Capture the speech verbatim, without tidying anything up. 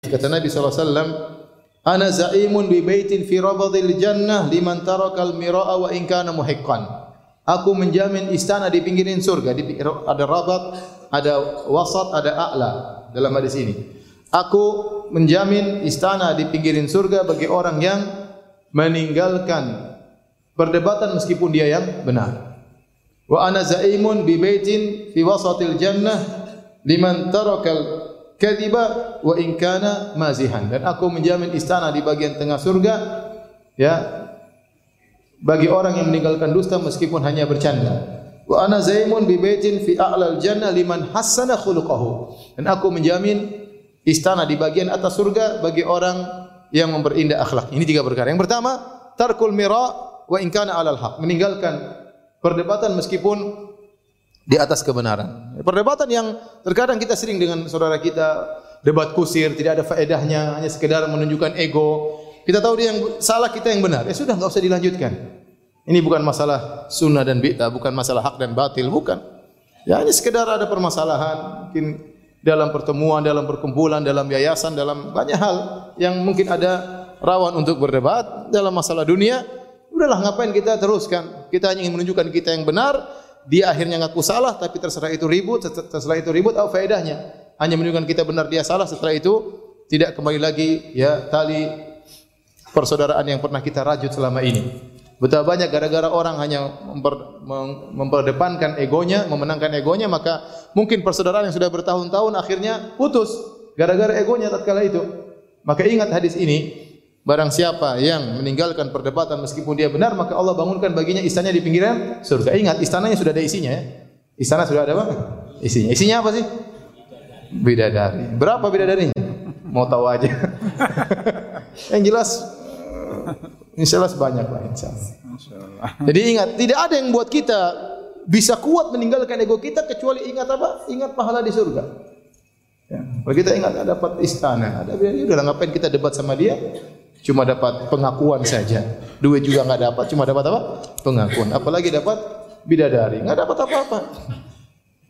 Kata Nabi sallallahu alaihi wasallam, "Ana za'imun bi baitin fi rabadil jannah liman tarakal mira'a wa in kana muhiqqan." Aku menjamin istana di pinggirin surga. Di, ada rabat, ada wasat, ada a'la dalam hadis ini. Aku menjamin istana di pinggirin surga bagi orang yang meninggalkan perdebatan meskipun dia yang benar. Wa ana za'imun bi baitin fi wasatil jannah liman tarakal kadhiba wa in kana mazihan. Dan aku menjamin istana di bagian tengah surga ya bagi orang yang meninggalkan dusta meskipun hanya bercanda. Wa ana zaimun bi baitin fi a'lal jannah liman hassana khuluquhu. Dan aku menjamin istana di bagian atas surga bagi orang yang memperindah akhlak. Ini tiga perkara. Yang pertama, tarkul mira wa in kana 'alal haq. Meninggalkan perdebatan meskipun di atas kebenaran. Perdebatan yang terkadang kita sering dengan saudara kita debat kusir, tidak ada faedahnya, hanya sekedar menunjukkan ego. Kita tahu dia yang salah, kita yang benar. Ya sudah, enggak usah dilanjutkan. Ini bukan masalah sunnah dan bid'ah, bukan masalah hak dan batil, bukan. Ya, ini sekedar ada permasalahan, mungkin dalam pertemuan, dalam perkumpulan, dalam yayasan, dalam banyak hal yang mungkin ada rawan untuk berdebat dalam masalah dunia. Udahlah, ngapain kita teruskan? Kita hanya ingin menunjukkan kita yang benar. Dia akhirnya ngaku salah, tapi terserah itu ribut, terserah itu ribut, apa faedahnya? Hanya menunjukkan kita benar, dia salah, setelah itu tidak kembali lagi ya tali persaudaraan yang pernah kita rajut selama ini. Betapa banyak gara-gara orang hanya memper, mem, memperdepankan egonya, memenangkan egonya, maka mungkin persaudaraan yang sudah bertahun-tahun akhirnya putus gara-gara egonya tatkala itu. Maka ingat hadis ini. Barang siapa yang meninggalkan perdebatan meskipun dia benar, maka Allah bangunkan baginya istananya di pinggiran surga. Ingat, istananya sudah ada isinya ya. Istana sudah ada apa? Isinya. Isinya apa sih? Bidadari. Berapa bidadarinya? Mau tahu aja. Yang jelas insyaallah banyak lah insyaallah. Jadi ingat, tidak ada yang buat kita bisa kuat meninggalkan ego kita kecuali ingat apa? Ingat pahala di surga. Ya. Kalau kita ingat ada dapat istana, ada biar udah ngapain kita debat sama dia? Cuma dapat pengakuan saja. Duit juga enggak dapat, cuma dapat apa? Pengakuan. Apalagi dapat bidadari, enggak dapat apa-apa.